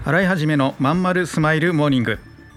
洗い始めのまんまるスマイルモーニング。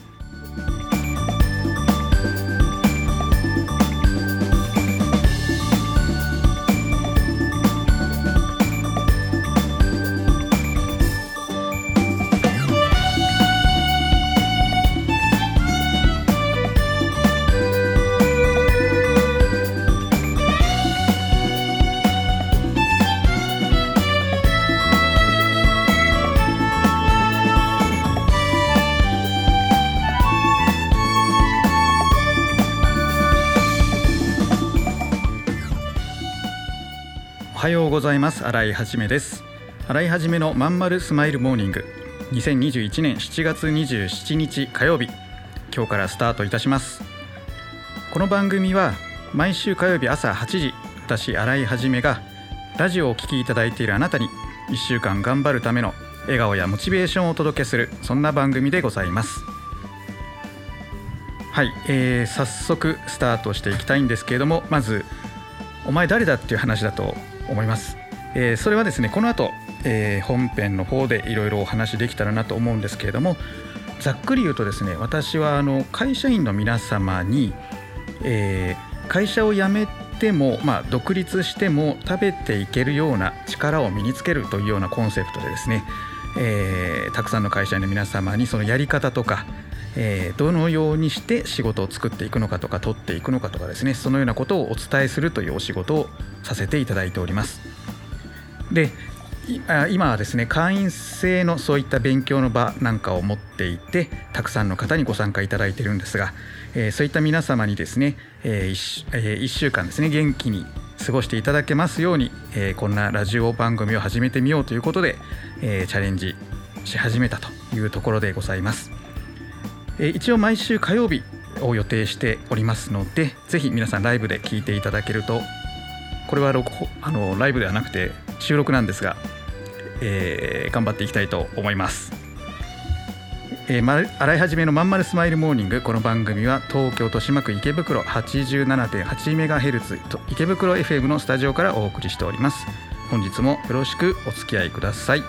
おはようございます。洗いはじめです。洗いはじめのまんまるスマイルモーニング、2021年7月27日火曜日、今日からスタートいたします。この番組は毎週火曜日朝8時、私洗いはじめがラジオをお聞きいただいているあなたに1週間頑張るための笑顔やモチベーションをお届けする、そんな番組でございます。はい、早速スタートしていきたいんですけれども、まずお前誰だっていう話だと思います。それはですね、この後、本編の方でいろいろお話できたらなと思うんですけれども、ざっくり言うとですね、私は会社員の皆様に、会社を辞めても、独立しても食べていけるような力を身につけるというようなコンセプトでですね、たくさんの会社員の皆様にそのやり方とか、どのようにして仕事を作っていくのかとか取っていくのかとかですね、そのようなことをお伝えするというお仕事をさせていただいております。で、今はですね、会員制のそういった勉強の場なんかを持っていて、たくさんの方にご参加いただいているんですが、そういった皆様にですね、1週間ですね、元気に過ごしていただけますように、こんなラジオ番組を始めてみようということで、チャレンジし始めたというところでございます。一応毎週火曜日を予定しておりますので、ぜひ皆さんライブで聞いていただけると、これはライブではなくて収録なんですが、頑張っていきたいと思います。洗いはじめのまんまるスマイルモーニング、この番組は東京豊島区池袋 87.8MHz 池袋 FM のスタジオからお送りしております。本日もよろしくお付き合いください。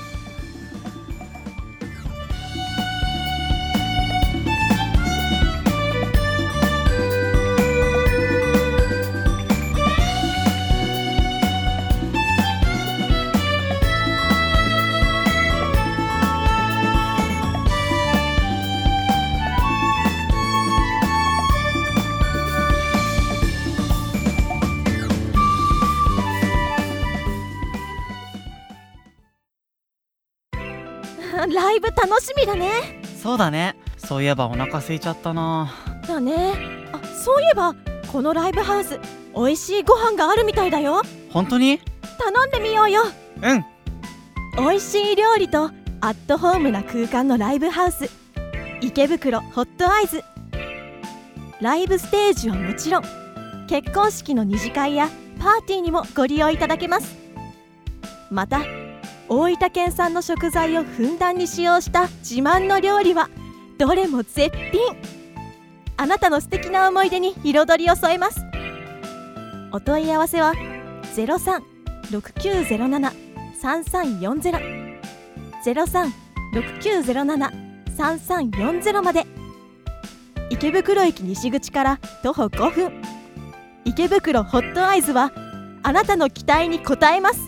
ライブ楽しみだね。 そうだね。そういえばお腹空いちゃったな。 だね。そういえばこのライブハウス、美味しいご飯があるみたいだよ。 本当に？ 頼んでみようよ。 うん。 美味しい料理とアットホームな空間のライブハウス、池袋ホットアイズ。ライブステージはもちろん、結婚式の二次会やパーティーにもご利用いただけます。また大分県産の食材をふんだんに使用した自慢の料理はどれも絶品。あなたの素敵な思い出に彩りを添えます。お問い合わせは 03-6907-3340 03-6907-3340 まで。池袋駅西口から徒歩5分、池袋ホットアイズはあなたの期待に応えます。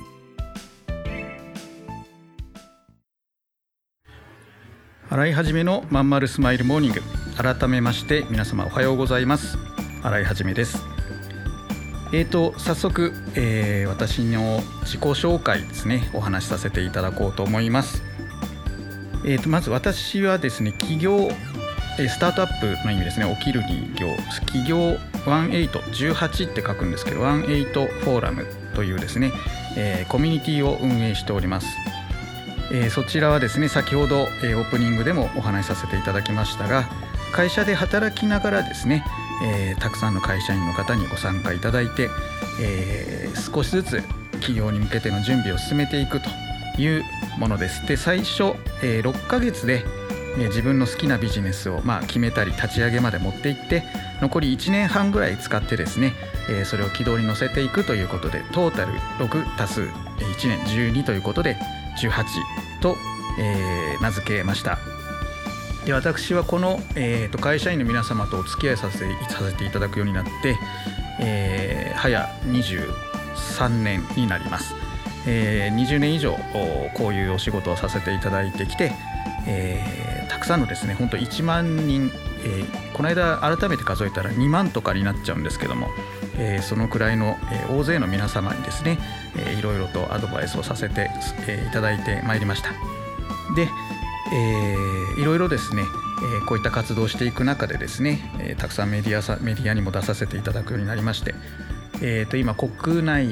洗いはじめのまんまるスマイルモーニング、改めまして皆様おはようございます。洗いはじめです。早速、私の自己紹介ですね、お話しさせていただこうと思います。まず私はですね、起業、スタートアップの意味ですね、起きる起業、起業18って書くんですけど、18フォーラムというですね、コミュニティを運営しております。そちらはですね、先ほど、オープニングでもお話しさせていただきましたが、会社で働きながらですね、たくさんの会社員の方にご参加いただいて、少しずつ起業に向けての準備を進めていくというものです。で、最初、6ヶ月で、自分の好きなビジネスを決めたり立ち上げまで持っていって、残り1年半ぐらい使ってですね、それを軌道に乗せていくということで、トータル6+1年12ということで18と名付けました。で私はこの、会社員の皆様とお付き合いさせていただくようになって、早23年になります。20年以上こういうお仕事をさせていただいてきて、たくさんのですね本当1万人、この間改めて数えたら2万とかになっちゃうんですけども、そのくらいの、大勢の皆様にですね、いろいろとアドバイスをさせて、いただいてまいりました。で、いろいろですね、こういった活動をしていく中でですね、たくさんメディアにも出させていただくようになりまして、今国内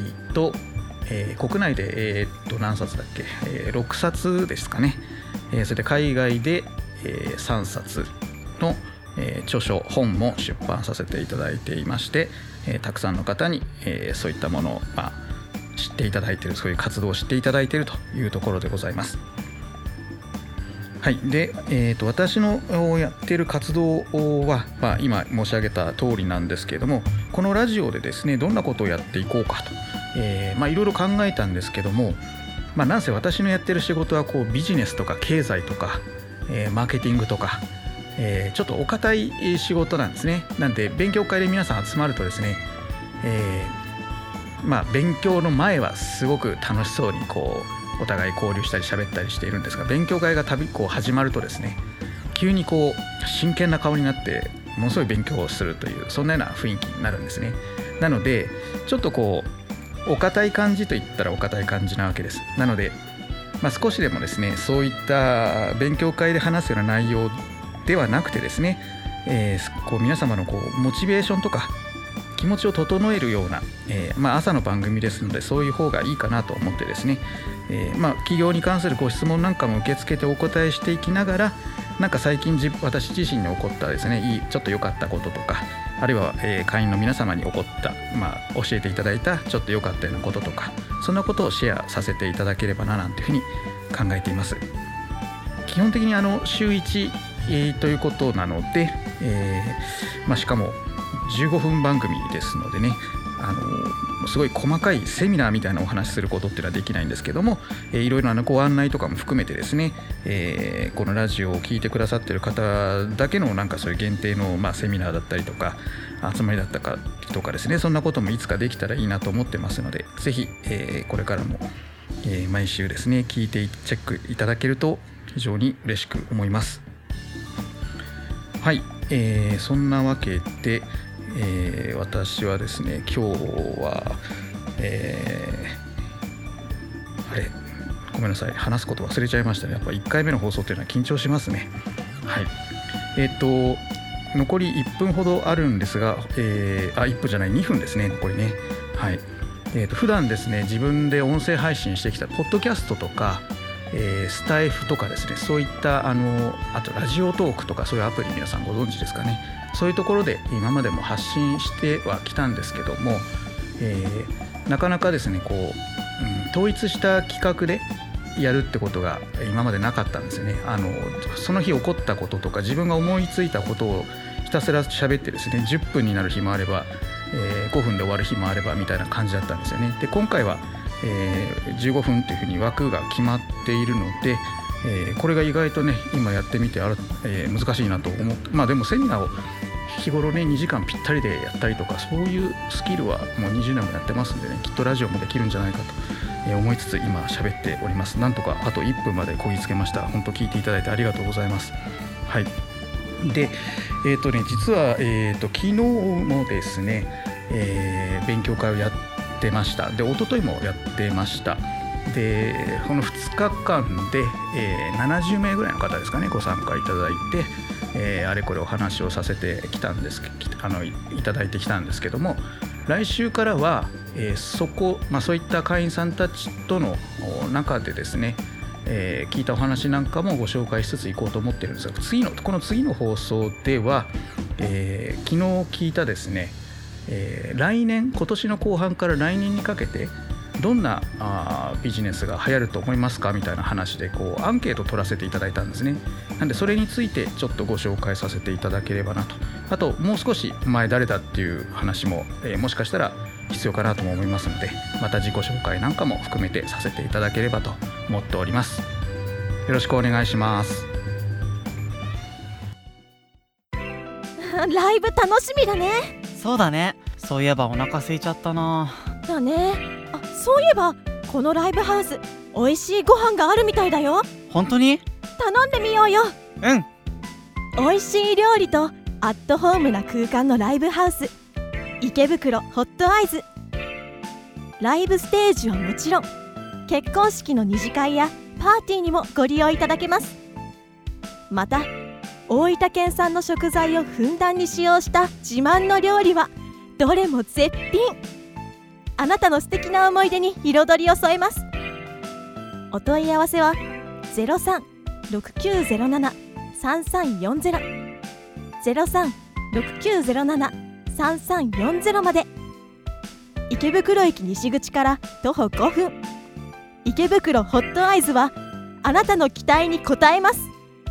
で、何冊だっけ、6冊ですかね、それで海外で、3冊の、著書本も出版させていただいていまして、たくさんの方に、そういったものを、知っていただいている、そういう活動を知っていただいているというところでございます。はい。で、私のやっている活動は、今申し上げた通りなんですけれども、このラジオでですねどんなことをやっていこうかと、いろいろ考えたんですけども、なんせ私のやってる仕事はこうビジネスとか経済とか、マーケティングとか、ちょっとお堅い仕事なんですね。なんで勉強会で皆さん集まるとですね、勉強の前はすごく楽しそうにこうお互い交流したり喋ったりしているんですが、勉強会がこう始まるとですね、急にこう真剣な顔になってものすごい勉強をするという、そんなような雰囲気になるんですね。なのでちょっとこうお堅い感じといったらお堅い感じなわけです。なので、少しでもですねそういった勉強会で話すような内容ではなくてですね、こう皆様のこうモチベーションとか気持ちを整えるような、朝の番組ですのでそういう方がいいかなと思ってですね、企業に関するご質問なんかも受け付けてお答えしていきながら、なんか最近私自身に起こったですねちょっと良かったこととか、あるいは、会員の皆様に起こった、教えていただいたちょっと良かったようなこととか、そんなことをシェアさせていただければななんていうふうに考えています。基本的に週1、ということなので、しかも15分番組ですのでね、すごい細かいセミナーみたいなお話することっていうのはできないんですけども、いろいろなご案内とかも含めてですね、このラジオを聞いてくださっている方だけのなんかそういう限定の、セミナーだったりとか集まりだったかとかですね、そんなこともいつかできたらいいなと思ってますので、ぜひ、これからも、毎週ですね聞いてチェックいただけると非常に嬉しく思います。はい、そんなわけで、私はですね今日は、ごめんなさい、話すこと忘れちゃいましたね。やっぱ1回目の放送っていうのは緊張しますね。はい。残り1分ほどあるんですが、1分じゃない2分ですね、残りね。はい。普段ですね自分で音声配信してきたポッドキャストとか、スタイフとかですね、そういったあとラジオトークとかそういうアプリ皆さんご存知ですかね。そういうところで今までも発信してはきたんですけども、なかなかですねこう、統一した企画でやるってことが今までなかったんですよね。その日起こったこととか自分が思いついたことをひたすら喋ってですね、10分になる日もあれば、5分で終わる日もあればみたいな感じだったんですよね。で今回は、15分というふうに枠が決まっているので、これが意外とね今やってみて難しいなと思って、でもセミナーを日頃ね2時間ぴったりでやったりとか、そういうスキルはもう20年もやってますんでね、きっとラジオもできるんじゃないかと思いつつ今喋っております。なんとかあと1分までこぎつけました。本当聞いていただいてありがとうございます。はい。で実は、昨日もですね、勉強会をやってました。で一昨日もやってました。でこの2日間で、70名ぐらいの方ですかねご参加いただいて、あれこれお話をさせてきたんですいただいてきたんですけども、来週からは、そういった会員さんたちとの中でですね、聞いたお話なんかもご紹介しつついこうと思ってるんですが、この次の放送では、昨日聞いたですね、今年の後半から来年にかけてどんなビジネスが流行ると思いますかみたいな話でこうアンケートを取らせていただいたんですね。なんでそれについてちょっとご紹介させていただければなと。あともう少し前誰だっていう話も、もしかしたら必要かなとも思いますので、また自己紹介なんかも含めてさせていただければと思っております。 ろしくお願いします。 ライブ楽しみだね。 そうだね。そういえばお腹空いちゃったな。 だね。そういえばこのライブハウス美味しいご飯があるみたいだよ。 本当に？ 頼んでみようよ。 うん。 美味しい料理とアットホームな空間のライブハウス、池袋ホットアイズ。ライブステージはもちろん、結婚式の二次会やパーティーにもご利用いただけます。また大分県産の食材をふんだんに使用した自慢の料理はどれも絶品。あなたの素敵な思い出に彩りを添えます。お問い合わせは 03-6907-3340 03-6907-3340 まで。池袋駅西口から徒歩5分、池袋ホットアイズはあなたの期待に応えます。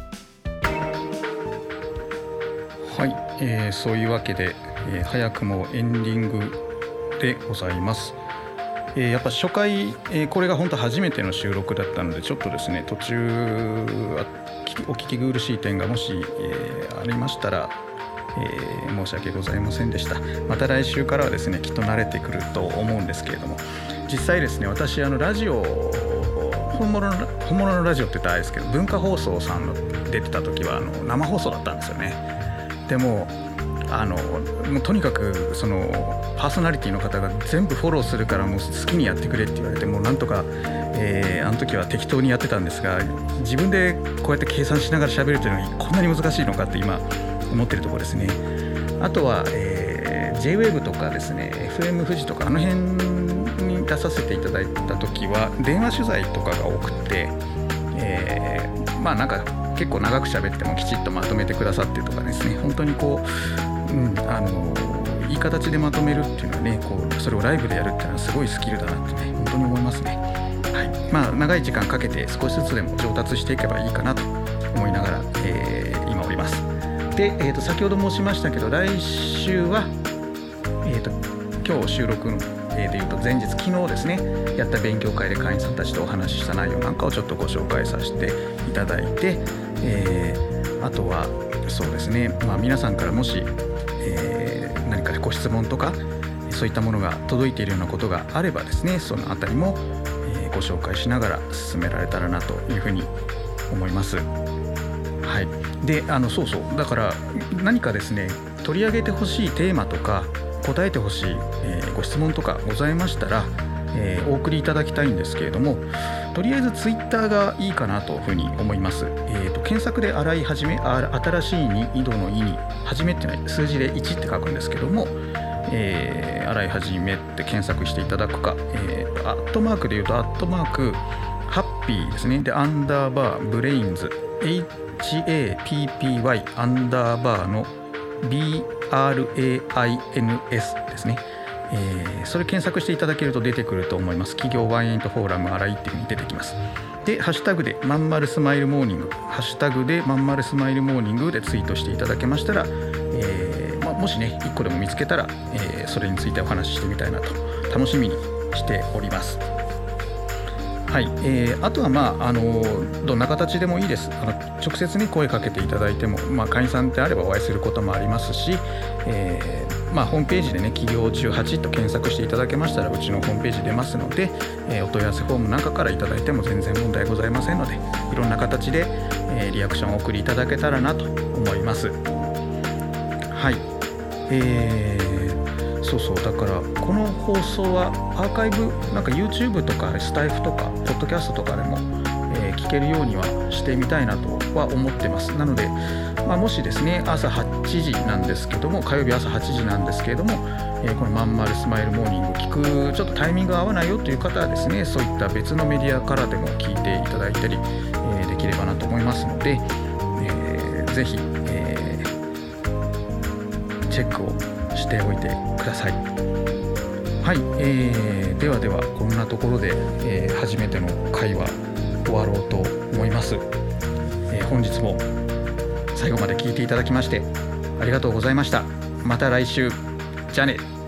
はい、そういうわけで、早くもエンディングでございます。やっぱ初回、これが本当初めての収録だったので、ちょっとですね途中お聞き苦しい点がもし、ありましたら、申し訳ございませんでした。また来週からはですねきっと慣れてくると思うんですけれども、実際ですね私ラジオ本物のラジオって言ったらあれですけど、文化放送さんの出てた時は生放送だったんですよね。でももうとにかくそのパーソナリティの方が全部フォローするからもう好きにやってくれって言われて、もうなんとか、あの時は適当にやってたんですが、自分でこうやって計算しながら喋るというのがこんなに難しいのかって今思ってるところですね。あとは、J-WAVE とかですね FM 富士とかあの辺に出させていただいた時は電話取材とかが多くて、まあなんか結構長く喋ってもきちっとまとめてくださってとかですね、本当にこう、いい形でまとめるっていうのはね、こうそれをライブでやるっていうのはすごいスキルだなってね本当に思いますね。はい、まあ長い時間かけて少しずつでも上達していけばいいかなと思いながら、今おります。で、先ほど申しましたけど来週は、今日収録のでいうと前日昨日ですねやった勉強会で会員さんたちとお話しした内容なんかをちょっとご紹介させていただいて、あとはそうですね、まあ、皆さんからもし、何かご質問とかそういったものが届いているようなことがあればですね、そのあたりも、ご紹介しながら進められたらなというふうに思います。はい、でそうだから何かですね取り上げてほしいテーマとか答えてほしい、ご質問とかございましたら、お送りいただきたいんですけれども、とりあえずツイッターがいいかなというふうに思います。検索で新井はじめ、新しいに井戸の井にはじめっていうのは数字で1って書くんですけども、新井はじめって検索していただくか、アットマークでいうとアットマークハッピーですね、でアンダーバーブレインズ HAPPY アンダーバーの BRAINS ですね。それ検索していただけると出てくると思います。企業ワンエイトフォーラム新井っていう風に出てきます。でハッシュタグでまんまるスマイルモーニング、ハッシュタグでまんまるスマイルモーニングでツイートしていただけましたら、もしね1個でも見つけたら、それについてお話ししてみたいなと楽しみにしております。はい、あとはどんな形でもいいです。直接ね声かけていただいても、会員さんであればお会いすることもありますし、ホームページでね企業18と検索していただけましたらうちのホームページ出ますので、お問い合わせフォームなんかからいただいても全然問題ございませんので、いろんな形で、リアクションをお送りいただけたらなと思います。はい、だからこの放送はアーカイブなんか YouTube とかスタイフとかポッドキャストとかでも、聞けるようにはしてみたいなとは思ってます。なので、もしですね朝8時なんですけども、火曜日朝8時なんですけれども、このまんまるスマイルモーニング聞くちょっとタイミングが合わないよという方はですね、そういった別のメディアからでも聞いていただいたり、できればなと思いますので、ぜひ、チェックをしておいてください。はい、ではこんなところで、初めての会話終わろうと思います。本日も最後まで聞いていただきましてありがとうございました。また来週。じゃあね。